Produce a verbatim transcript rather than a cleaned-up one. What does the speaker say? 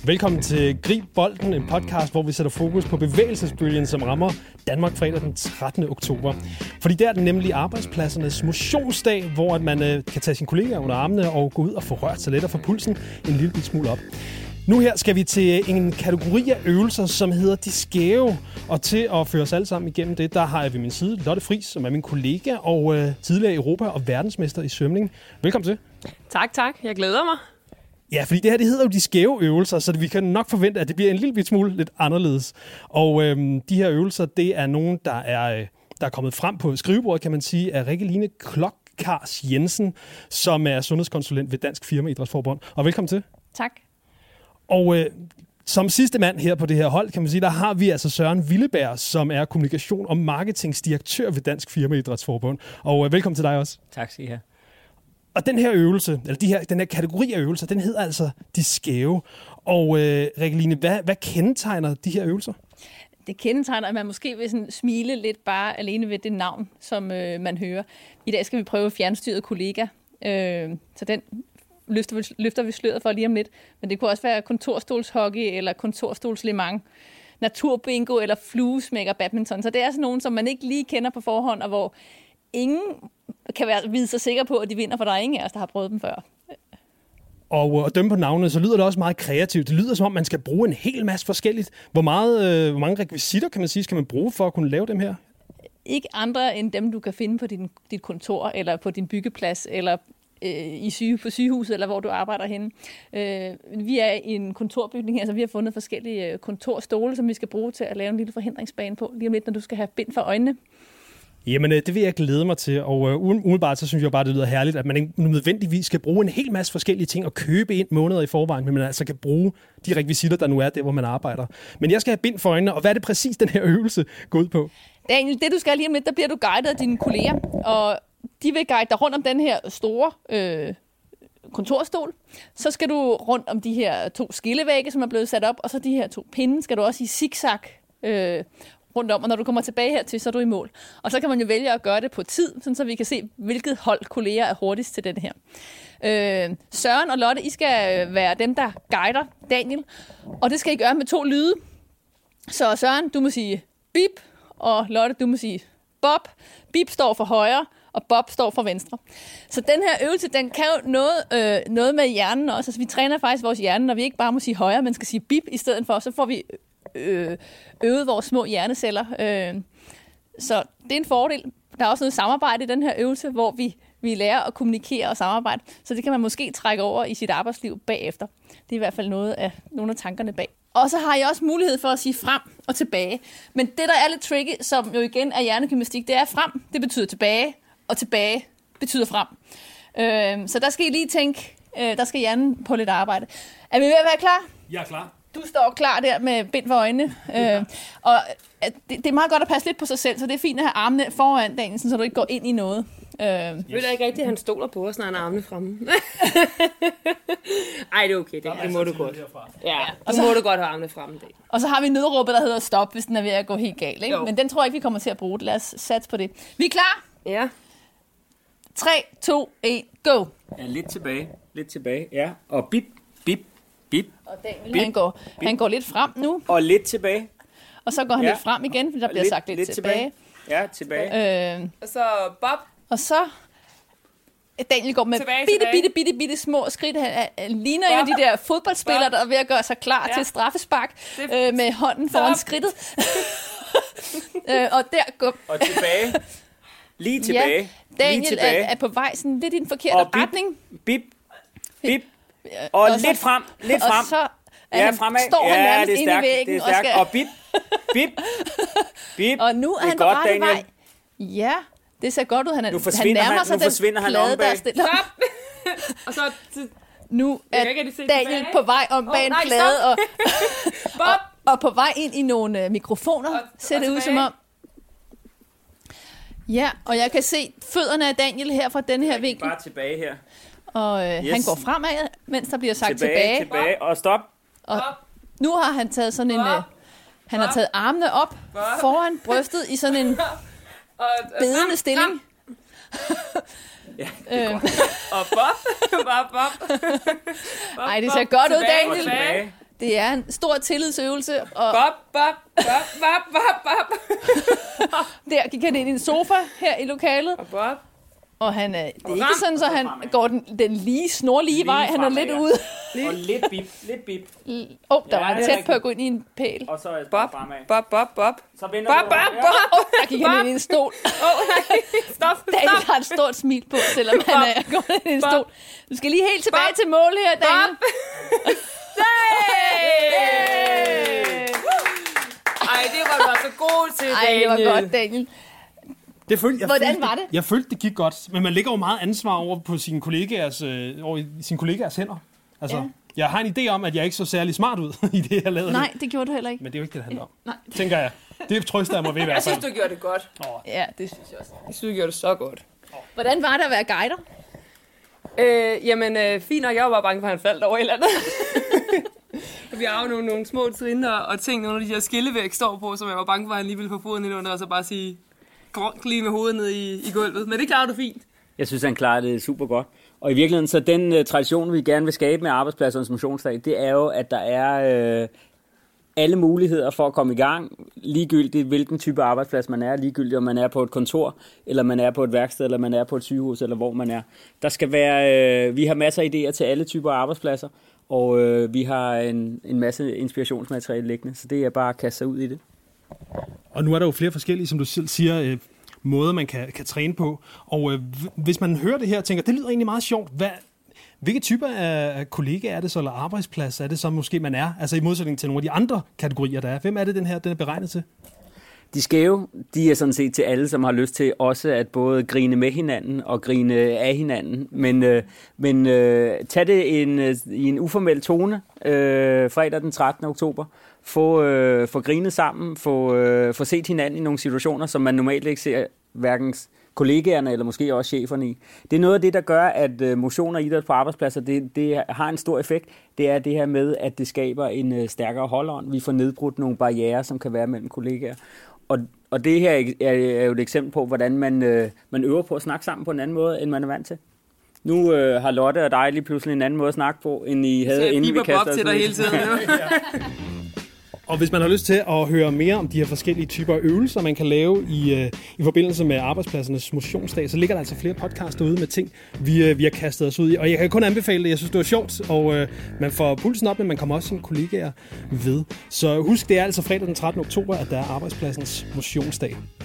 Velkommen til Grib Bolden, en podcast, hvor vi sætter fokus på bevægelsesbølgen, som rammer Danmark fredag den trettende oktober. Fordi der er den nemlig arbejdspladsernes motionsdag, hvor man øh, kan tage sine kollegaer under armene og gå ud og få rørt sig lidt og få pulsen en lille smule op. Nu her skal vi til en kategori af øvelser, som hedder de skæve. Og til at føre os alle sammen igennem det, der har jeg ved min side Lotte Friis, som er min kollega og øh, tidligere Europa- og verdensmester i svømning. Velkommen til. Tak, tak. Jeg glæder mig. Ja, fordi det her det hedder jo de skæve øvelser, så vi kan nok forvente, at det bliver en lille smule lidt anderledes. Og øhm, de her øvelser, det er nogen, der er, der er kommet frem på skrivebordet, kan man sige, af Rikke-Line Klokkars Jensen, som er sundhedskonsulent ved Dansk Firmaidrætsforbund. Og velkommen til. Tak. Og øh, som sidste mand her på det her hold, kan man sige, der har vi altså Søren Willeberg, som er kommunikation- og marketingsdirektør ved Dansk Firmaidrætsforbund. Og øh, velkommen til dig også. Tak skal I have. Og den her øvelse, eller de her, den her kategori af øvelser, den hedder altså de skæve. Og øh, Rikke-Line, hvad, hvad kendetegner de her øvelser? Det kendetegner, at man måske vil sådan smile lidt bare alene ved det navn, som øh, man hører. I dag skal vi prøve fjernstyret kollega, øh, så den løfter vi, løfter vi sløret for lige om lidt. Men det kunne også være kontorstolshockey eller kontorstolslemang, naturbingo eller fluesmækker badminton. Så det er sådan nogen, som man ikke lige kender på forhånd, og hvor ingen kan være vide sig sikker på, at de vinder, for der er ingen af os, der har prøvet dem før. Og at dømme på navnene, så lyder det også meget kreativt. Det lyder som om, man skal bruge en hel masse forskelligt. Hvor, meget, øh, hvor mange rekvisitter, kan man sige, skal man bruge for at kunne lave dem her? Ikke andre end dem, du kan finde på din, dit kontor, eller på din byggeplads, eller øh, i syge, på sygehuset, eller hvor du arbejder henne. Øh, vi er i en kontorbygning her, så vi har fundet forskellige kontorstole, som vi skal bruge til at lave en lille forhindringsbane på, lige om lidt, når du skal have bind for øjnene. Jamen, det vil jeg glæde mig til, og uh, umiddelbart så synes jeg bare, det lyder herligt, at man ikke nødvendigvis skal bruge en hel masse forskellige ting og købe ind måneder i forvejen, men man altså kan bruge de rekvisitter, der nu er der, hvor man arbejder. Men jeg skal have bind for øjnene, og hvad er det præcis, den her øvelse går ud på? Daniel, det du skal lige om lidt, der bliver du guidet af dine kolleger, og de vil guide dig rundt om den her store øh, kontorstol. Så skal du rundt om de her to skillevægge, som er blevet sat op, og så de her to pinde skal du også i zigzag øh, rundt om, og når du kommer tilbage hertil, så er du i mål. Og så kan man jo vælge at gøre det på tid, sådan så vi kan se, hvilket hold kolleger er hurtigst til den her. Øh, Søren og Lotte, I skal være dem, der guider Daniel, og det skal I gøre med to lyde. Så Søren, du må sige bip, og Lotte, du må sige bob. Bip står for højre, og bob står for venstre. Så den her øvelse, den kan jo noget, øh, noget med hjernen også. Altså, vi træner faktisk vores hjerne, når vi ikke bare må sige højre, men skal sige bip i stedet for, så får vi øvet vores små hjerneceller. Så det er en fordel. Der er også noget samarbejde i den her øvelse, hvor vi, vi lærer at kommunikere og samarbejde. Så det kan man måske trække over i sit arbejdsliv bagefter. Det er i hvert fald noget af, nogle af tankerne bag. Og så har jeg også mulighed for at sige frem og tilbage. Men det, der er lidt tricky, som jo igen er hjernegymnastik, det er frem, det betyder tilbage, og tilbage betyder frem. Så der skal I lige tænke, der skal hjernen på lidt arbejde. Er vi ved at være klar? Jeg er klar. Du står klar der med bind for øjnene, øh, og det, det er meget godt at passe lidt på sig selv, så det er fint at have armene foran Daniel, så du ikke går ind i noget. Øh. Jeg ved da ikke rigtigt, at han stoler på os, når han har armene fremme. Ej, det er okay, det, det må du godt. Ja, og så må du godt have armene fremme. Det. Og så har vi nødråbet, der hedder stop, hvis den er ved at gå helt galt. Ikke? Men den tror jeg ikke, vi kommer til at bruge. Lad os satse på det. Vi er klar? Ja. tre, to, et, go! Ja, lidt tilbage, lidt tilbage, ja. Og bip, bip. Bip. Og Daniel, bip, han, går, bip. han går lidt frem nu. Og lidt tilbage. Og så går han ja. lidt frem igen, fordi der bliver lidt, sagt lidt, lidt tilbage. tilbage. Ja, tilbage. Øh, og så bob. Og så Daniel går med tilbage, bitte, tilbage. bitte, bitte, bitte små skridt. Han, han ligner bob. En af de der fodboldspillere, der er ved at gøre sig klar ja. til straffespark øh, med hånden foran skridtet. øh, og der går... Og tilbage. Lige tilbage. Ja, Daniel Lige tilbage. Er, er på vej sådan lidt i den forkerte og bip, retning. Bip, bip. Og, og lidt så, frem, lidt frem. Og så ja, han, fremad. står ja, han nærmest inde i væggen. Og, skal... og bip, bip, bip. Og nu er, er han på godt, rette Daniel. vej. Ja, det ser godt ud. Han, nu han nærmer han, sig nu forsvinder den han plade, om der bag. er stillet op. Og så... Nu er Daniel på vej om bag oh, en plade og, og, og på vej ind i nogle uh, mikrofoner, og, ser det ud som om. Ja, og jeg kan se fødderne af Daniel her fra den her vinkel. Bare tilbage her. Og øh, yes. han går fremad, mens der bliver sagt tilbage. Tilbage, tilbage og stop. Og nu har han taget sådan en... Øh, han har taget armene op foran brystet i sådan en bedende stilling. Ja, det er og Bob. Bare Bob. Ej, det ser godt ud, Daniel. Tilbage. Det er en stor tillidsøvelse. Og Bob, Bob, Bob, Bob, Bob, Bob. der gik han ind i en sofa her i lokalet. Og Bob. Og han er, det er ikke sådan, så han går den, den lige, snorlige lige vej. Han er lidt ude. Og lidt bip, lidt bip. Åh, oh, der Ja, var det er tæt rigtigt. på at gå ind i en pæl. Og så er Bob, fremad. Bob, Bob, Bob. Så vender Bob, du. Bob, Ja. Bob. Oh, der gik han ind i en stol. Åh, oh, nej. Stop, Daniel stop. har et stort smil på, selvom han er gået ind i en Bob. stol. Du skal lige helt tilbage Bob. til mål her, Daniel. Hey! Ej, det var du altså god til, Ej, Daniel. det var godt, Daniel. Det følte, jeg Hvordan følte, var det? Jeg følte, det gik godt, men man lægger jo meget ansvar over på sine kollegaers, øh, over i sine kollegaers hænder. Altså, Ja. jeg har en idé om, at jeg ikke så særlig smart ud i det, jeg lavede. Nej, det gjorde du heller ikke. Men det er jo ikke det, det handler om. Nej. Tænker jeg. Det trøster jeg mig ved i Jeg hvert synes, fald. du gjorde det godt. Ja, det synes jeg også. Jeg synes, du gjorde det så godt. Hvordan var det at være guider? Øh, jamen, øh, fint nok. Jeg var bare bange for, at han faldt over et eller andet. Vi har jo nogle, nogle små trin og, og ting, nogle af de her skillevæg står på, som jeg var bange for, at han lige ville få foden ind under, og så bare sige, grønk lige med hovedet ned i, i gulvet. Men det klarer du fint. Jeg synes, han klarer det super godt. Og i virkeligheden, så den uh, tradition, vi gerne vil skabe med Arbejdspladsernes Motionsdag, det er jo, at der er uh, alle muligheder for at komme i gang, ligegyldigt hvilken type arbejdsplads man er, ligegyldigt om man er på et kontor, eller man er på et værksted, eller man er på et sygehus, eller hvor man er. Der skal være, uh, vi har masser af idéer til alle typer arbejdspladser, og uh, vi har en, en masse inspirationsmateriale liggende, så det er bare at kaste sig ud i det. Og nu er der jo flere forskellige, som du selv siger, øh, måder, man kan, kan træne på. Og øh, hvis man hører det her og tænker, det lyder egentlig meget sjovt, hvad, hvilke typer af kollegaer er det så, eller arbejdsplads er det så måske, man er? Altså i modsætning til nogle af de andre kategorier, der er. Hvem er det, den her den er beregnet til? De skæve, de er sådan set til alle, som har lyst til også at både grine med hinanden og grine af hinanden. Men, øh, men øh, tag det en, øh, i en uformel tone øh, fredag den trettende oktober. Få, øh, få grinet sammen, få, øh, få set hinanden i nogle situationer, som man normalt ikke ser hverken kollegaerne eller måske også cheferne i. Det er noget af det, der gør, at øh, motion og idræt på arbejdspladser, det, det har en stor effekt. Det er det her med, at det skaber en øh, stærkere holdånd. Vi får nedbrudt nogle barrierer, som kan være mellem kollegaer. Og, og det her er, er jo et eksempel på, hvordan man, øh, man øver på at snakke sammen på en anden måde, end man er vant til. Nu øh, har Lotte og dig lige pludselig en anden måde at snakke på, end I havde, Så jeg inden vi biber Bob kastede til dig hele tiden. Og hvis man har lyst til at høre mere om de her forskellige typer af øvelser, man kan lave i, øh, i forbindelse med arbejdspladsernes motionsdag, så ligger der altså flere podcasts derude med ting, vi, øh, vi har kastet os ud i. Og jeg kan kun anbefale det. Jeg synes, det var sjovt, og øh, man får pulsen op, men man kommer også sine kollegaer ved. Så husk, det er altså fredag den trettende oktober, at der er arbejdspladsens motionsdag.